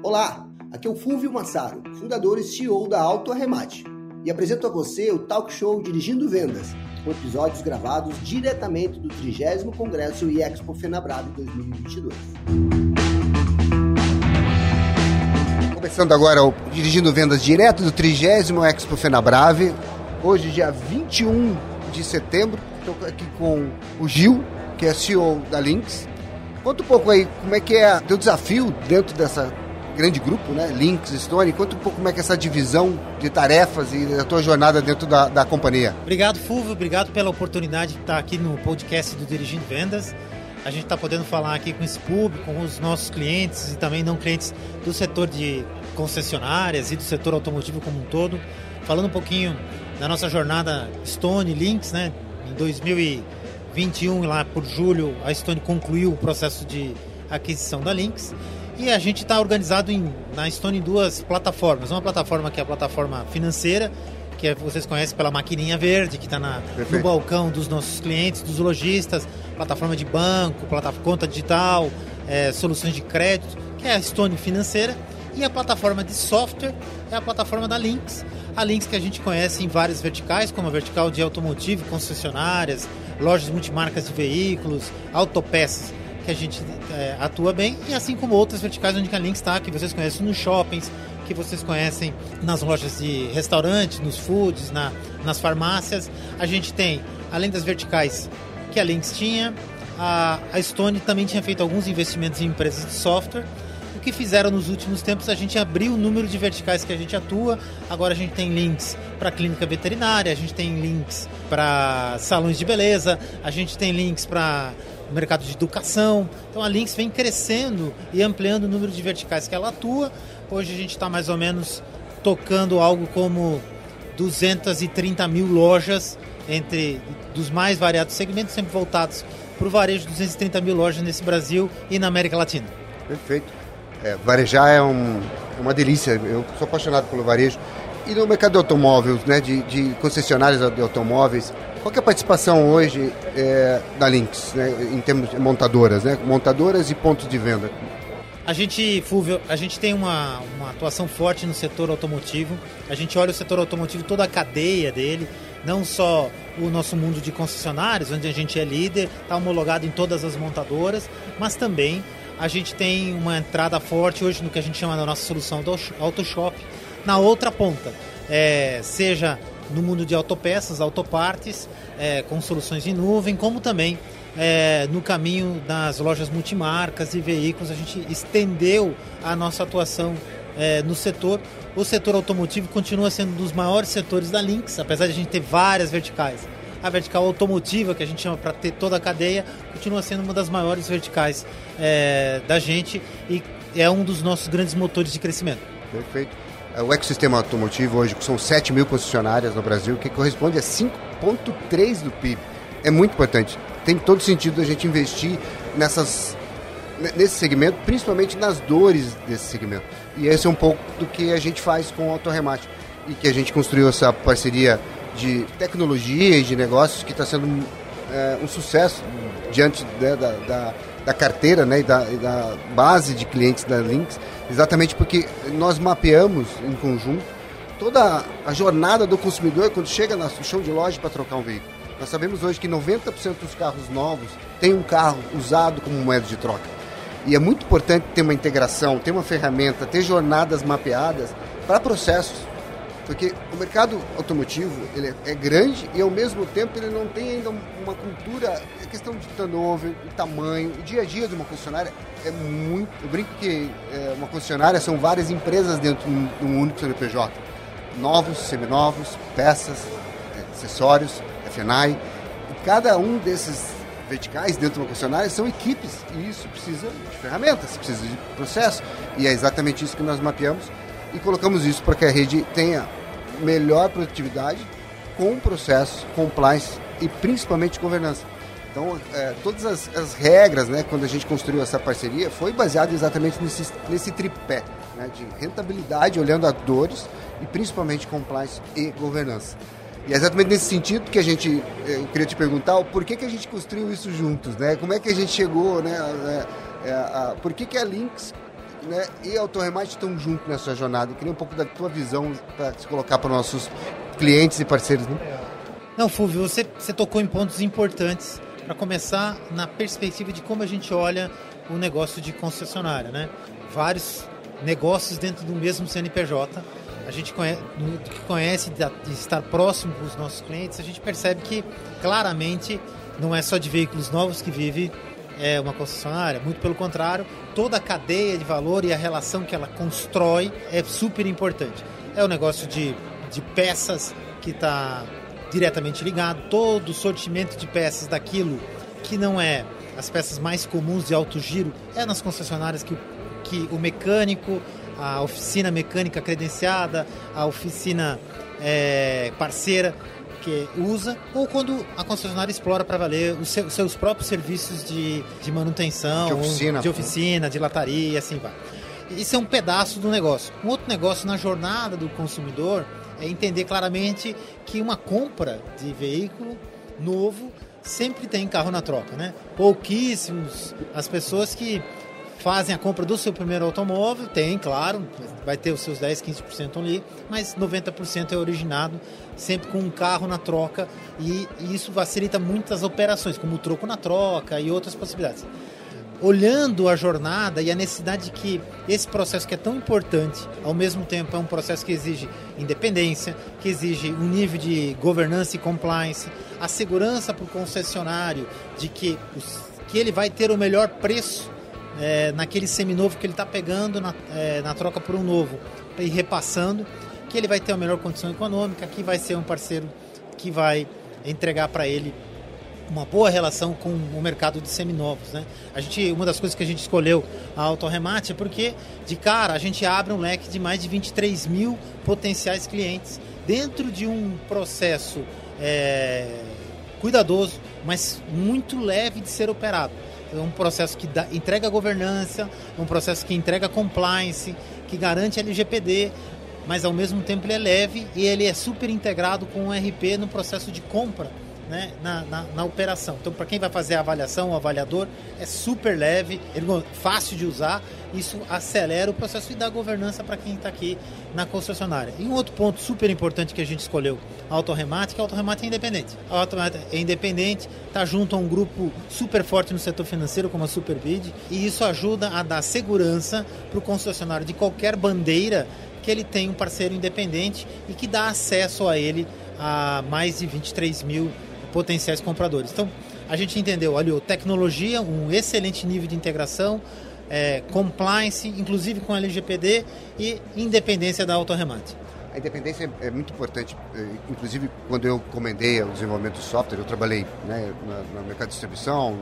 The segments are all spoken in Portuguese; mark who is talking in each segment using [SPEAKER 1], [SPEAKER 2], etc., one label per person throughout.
[SPEAKER 1] Olá, aqui é o Fúvio Massaro, fundador e CEO da Auto Arremate, e apresento a você o talk show Dirigindo Vendas, com episódios gravados diretamente do 30º Congresso e Expo FenaBrave 2022. Começando agora o Dirigindo Vendas direto do 30º Expo FenaBrave, hoje dia 21 de setembro, estou aqui com o Gil, que é CEO da Lynx. Conta um pouco aí como é que é o teu desafio dentro dessa grande grupo, né? Lynx, Stone. Conta um pouco como é que é essa divisão de tarefas e a tua jornada dentro da companhia.
[SPEAKER 2] Obrigado, Fulvio. Obrigado pela oportunidade de estar aqui no podcast do Dirigindo Vendas. A gente está podendo falar aqui com esse público, com os nossos clientes e também não clientes do setor de concessionárias e do setor automotivo como um todo. Falando um pouquinho da nossa jornada Stone, Lynx, né? Em 2021, lá por julho, a Stone concluiu o processo de aquisição da Lynx. E a gente está organizado na Stone em duas plataformas. Uma plataforma que é a plataforma financeira, que vocês conhecem pela maquininha verde, que está no balcão dos nossos clientes, dos lojistas, plataforma de banco, conta digital, soluções de crédito, que é a Stone financeira. E a plataforma de software é a plataforma da Lynx. A Lynx que a gente conhece em várias verticais, como a vertical de automotivo, concessionárias, lojas multimarcas de veículos, autopeças, que a gente atua bem, e assim como outras verticais onde a Lynx está, que vocês conhecem nos shoppings, que vocês conhecem nas lojas de restaurantes, nos foods, nas farmácias. A gente tem, além das verticais que a Lynx tinha, a Stone também tinha feito alguns investimentos em empresas de software. O que fizeram nos últimos tempos, a gente abriu o número de verticais que a gente atua. Agora a gente tem Lynx para clínica veterinária, a gente tem Lynx para salões de beleza, a gente tem Lynx para o mercado de educação. Então a Lynx vem crescendo e ampliando o número de verticais que ela atua. Hoje a gente está mais ou menos tocando algo como 230 mil lojas, dos mais variados segmentos, sempre voltados para o varejo, 230 mil lojas nesse Brasil e na América Latina.
[SPEAKER 1] Perfeito. Varejar é uma delícia, eu sou apaixonado pelo varejo. E no mercado de automóveis, né, de concessionárias de automóveis, qual que é a participação hoje da Lynx, né, em termos de montadoras, né, montadoras e pontos de venda?
[SPEAKER 2] A gente, Fulvio, tem uma atuação forte no setor automotivo. A gente olha o setor automotivo, toda a cadeia dele, não só o nosso mundo de concessionários, onde a gente é líder, está homologado em todas as montadoras, mas também a gente tem uma entrada forte hoje no que a gente chama da nossa solução do AutoShop, na outra ponta, seja no mundo de autopeças, autopartes, com soluções em nuvem, como também no caminho das lojas multimarcas e veículos. A gente estendeu a nossa atuação no setor. O setor automotivo continua sendo um dos maiores setores da Lynx, apesar de a gente ter várias verticais. A vertical automotiva, que a gente chama para ter toda a cadeia, continua sendo uma das maiores verticais da gente e é um dos nossos grandes motores de crescimento.
[SPEAKER 1] Perfeito. O ecossistema automotivo hoje são 7 mil concessionárias no Brasil, que corresponde a 5,3% do PIB. É muito importante. Tem todo sentido a gente investir nesse segmento, principalmente nas dores desse segmento. E esse é um pouco do que a gente faz com o Auto Arremate e que a gente construiu essa parceria de tecnologia e de negócios que está sendo um sucesso diante da carteira, né, e da base de clientes da Lynx, exatamente porque nós mapeamos em conjunto toda a jornada do consumidor quando chega no chão de loja para trocar um veículo. Nós sabemos hoje que 90% dos carros novos tem um carro usado como moeda de troca. E é muito importante ter uma integração, ter uma ferramenta, ter jornadas mapeadas para processos. Porque o mercado automotivo ele é grande e, ao mesmo tempo, ele não tem ainda uma cultura, a questão de turnover, o tamanho, o dia a dia de uma concessionária é muito... Eu brinco que uma concessionária são várias empresas dentro de um único CNPJ. Novos, seminovos, peças, acessórios, F&I. E cada um desses verticais dentro de uma concessionária são equipes e isso precisa de ferramentas, precisa de processo. E é exatamente isso que nós mapeamos e colocamos isso para que a rede tenha melhor produtividade com processos, compliance e principalmente governança. Então, todas as regras, né, quando a gente construiu essa parceria, foi baseado exatamente nesse tripé, né, de rentabilidade, olhando a dores e principalmente compliance e governança. E é exatamente nesse sentido que eu queria te perguntar, por que a gente construiu isso juntos, né? Como é que a gente chegou, né? Por que a Lynx né, e a Autorremate estão juntos nessa jornada. Eu queria um pouco da tua visão para se colocar para nossos clientes e parceiros. Né?
[SPEAKER 2] Não, Fulvio, você tocou em pontos importantes para começar na perspectiva de como a gente olha o negócio de concessionária, né? Vários negócios dentro do mesmo CNPJ. A gente conhece de estar próximo com os nossos clientes, a gente percebe que claramente não é só de veículos novos que vive uma concessionária, muito pelo contrário, toda a cadeia de valor e a relação que ela constrói é super importante. É o negócio de peças que está diretamente ligado, todo o sortimento de peças daquilo que não é as peças mais comuns de alto giro, é nas concessionárias que o mecânico, a oficina mecânica credenciada, a oficina parceira que usa, ou quando a concessionária explora para valer os seus próprios serviços de manutenção, de oficina, de lataria, assim vai. Isso é um pedaço do negócio. Um outro negócio na jornada do consumidor é entender claramente que uma compra de veículo novo sempre tem carro na troca, né? Pouquíssimos as pessoas que fazem a compra do seu primeiro automóvel, tem, claro, vai ter os seus 10, 15% ali, mas 90% é originado sempre com um carro na troca e isso facilita muitas operações, como o troco na troca e outras possibilidades. Olhando a jornada e a necessidade de que esse processo que é tão importante, ao mesmo tempo é um processo que exige independência, que exige um nível de governança e compliance, a segurança para o concessionário de que ele vai ter o melhor preço naquele seminovo que ele está pegando na troca por um novo e repassando, que ele vai ter a melhor condição econômica, que vai ser um parceiro que vai entregar para ele uma boa relação com o mercado de seminovos, né? Uma das coisas que a gente escolheu a Autorremate é porque, de cara, a gente abre um leque de mais de 23 mil potenciais clientes dentro de um processo cuidadoso, mas muito leve de ser operado. É um processo que entrega governança, é um processo que entrega compliance, que garante LGPD, mas ao mesmo tempo ele é leve e ele é super integrado com o RP no processo de compra, né, na operação. Então, para quem vai fazer a avaliação, o avaliador, é super leve, fácil de usar, isso acelera o processo e dá governança para quem está aqui na concessionária. E um outro ponto super importante que a gente escolheu, a Autorremate, que a Autorremate é independente. A Autorremate é independente, está junto a um grupo super forte no setor financeiro, como a Superbid, e isso ajuda a dar segurança para o concessionário de qualquer bandeira que ele tem um parceiro independente e que dá acesso a ele a mais de 23 mil potenciais compradores. Então, a gente entendeu, olha, tecnologia, um excelente nível de integração, compliance, inclusive com LGPD e independência da Autorremate.
[SPEAKER 1] A independência é muito importante, inclusive quando eu comandei o desenvolvimento do software, eu trabalhei, né, no mercado de distribuição,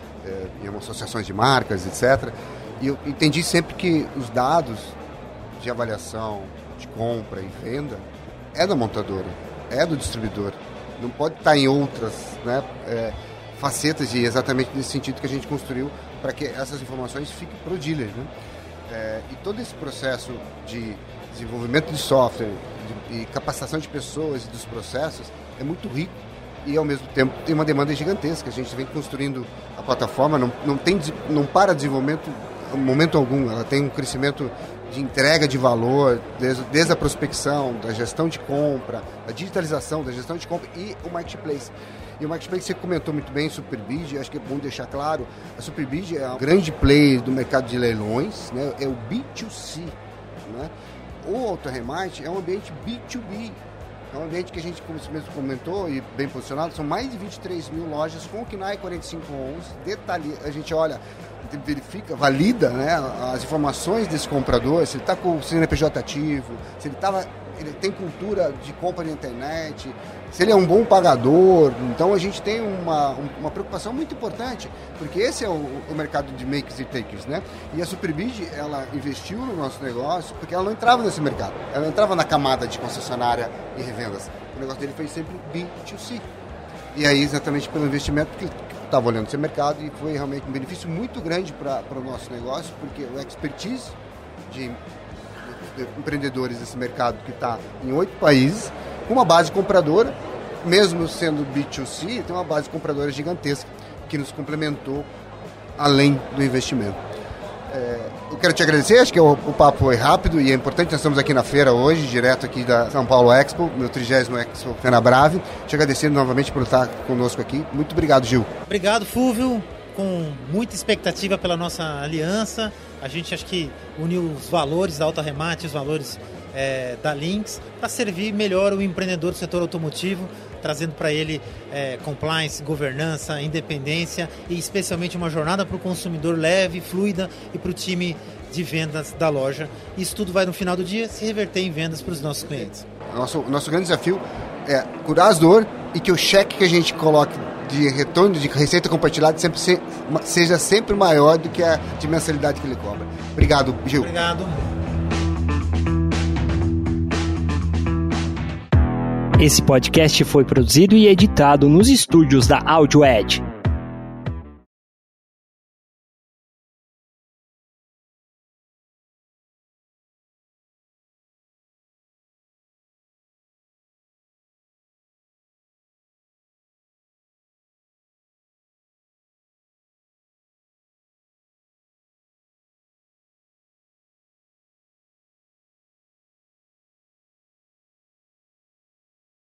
[SPEAKER 1] em associações de marcas, etc. E eu entendi sempre que os dados de avaliação, de compra e venda é da montadora, é do distribuidor. Não pode estar em outras, né, facetas, e exatamente nesse sentido que a gente construiu para que essas informações fiquem pro dealer, né? E todo esse processo de desenvolvimento de software e capacitação de pessoas e dos processos é muito rico e ao mesmo tempo tem uma demanda gigantesca. A gente vem construindo a plataforma, não para desenvolvimento em momento algum, ela tem um crescimento de entrega de valor, desde a prospecção, da gestão de compra, da digitalização, da gestão de compra e o Marketplace. E o Marketplace, você comentou muito bem, Superbid, acho que é bom deixar claro, a Superbid é um grande player do mercado de leilões, né? É o B2C, né? O Autorremate é um ambiente B2B, é um ambiente que a gente, como você mesmo comentou, e bem posicionado, são mais de 23 mil lojas com o KNAI 4511, a gente olha, verifica, valida, né, as informações desse comprador, se ele está com o CNPJ ativo, se ele tem cultura de compra na internet, se ele é um bom pagador. Então a gente tem uma preocupação muito importante, porque esse é o mercado de makers e takers, né? E a Superbid, ela investiu no nosso negócio porque ela não entrava nesse mercado, ela não entrava na camada de concessionária e revendas. O negócio dele foi sempre B2C. E aí, exatamente pelo investimento que estava olhando esse mercado, e foi realmente um benefício muito grande para o nosso negócio, porque o expertise de empreendedores desse mercado que está em 8 países, com uma base compradora, mesmo sendo B2C, tem uma base compradora gigantesca que nos complementou além do investimento. Eu quero te agradecer, acho que o papo foi rápido e é importante, nós estamos aqui na feira hoje, direto aqui da São Paulo Expo, meu 30º Expo Fenabrave. Te agradecendo novamente por estar conosco aqui. Muito obrigado, Gil.
[SPEAKER 2] Obrigado, Fúvio, com muita expectativa pela nossa aliança. A gente acho que uniu os valores da Alto Remate, os valores da Lynx, para servir melhor o empreendedor do setor automotivo, trazendo para ele compliance, governança, independência e especialmente uma jornada para o consumidor leve, fluida e para o time de vendas da loja. Isso tudo vai no final do dia se reverter em vendas para os nossos clientes.
[SPEAKER 1] Nosso grande desafio é curar as dores e que o cheque que a gente coloque de retorno, de receita compartilhada, seja sempre maior do que a de mensalidade que ele cobra. Obrigado, Gil.
[SPEAKER 2] Obrigado.
[SPEAKER 3] Esse podcast foi produzido e editado nos estúdios da AudioEd.